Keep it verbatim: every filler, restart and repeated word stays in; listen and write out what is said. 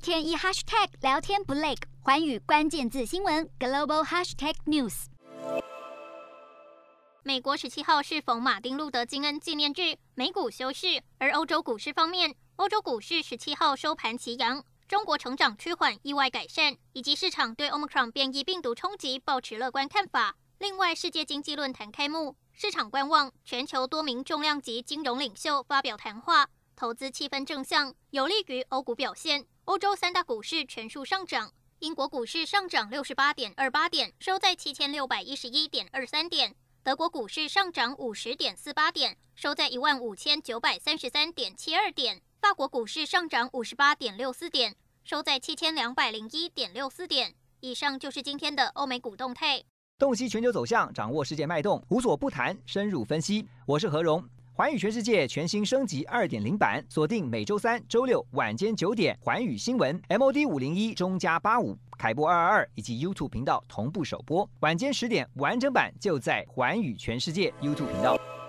天一 hashtag 聊天不累，寰宇关键字新闻 global hashtag news。 美国十七号是逢马丁路德金恩纪念日，美股休市。而欧洲股市方面，欧洲股市十七号收盘齐扬，中国成长趋缓，意外改善，以及市场对 Omicron 变异病毒冲击抱持乐观看法。另外，世界经济论坛开幕，市场观望全球多名重量级金融领袖发表谈话，投资气氛正向，有利于欧股表现。欧洲三大股市全数上涨，英国股市上涨六十八点二八点，收在七千六百一十一点二三点。德国股市上涨五十点四八点，收在一万五千九百三十三点七二点。法国股市上涨五十八点六四点，收在七千两百零一点六四点。以上就是今天的欧美股动态。 洞悉全球走向，掌握世界脉动，无所不谈，深入分析。我是何荣。寰宇全世界全新升级 二点零 版，锁定每周三、周六晚间九点，寰宇新闻 M O D 五零一中加八五。凯播二二二以及 YouTube 频道同步首播，晚间十点完整版就在寰宇全世界 YouTube 频道。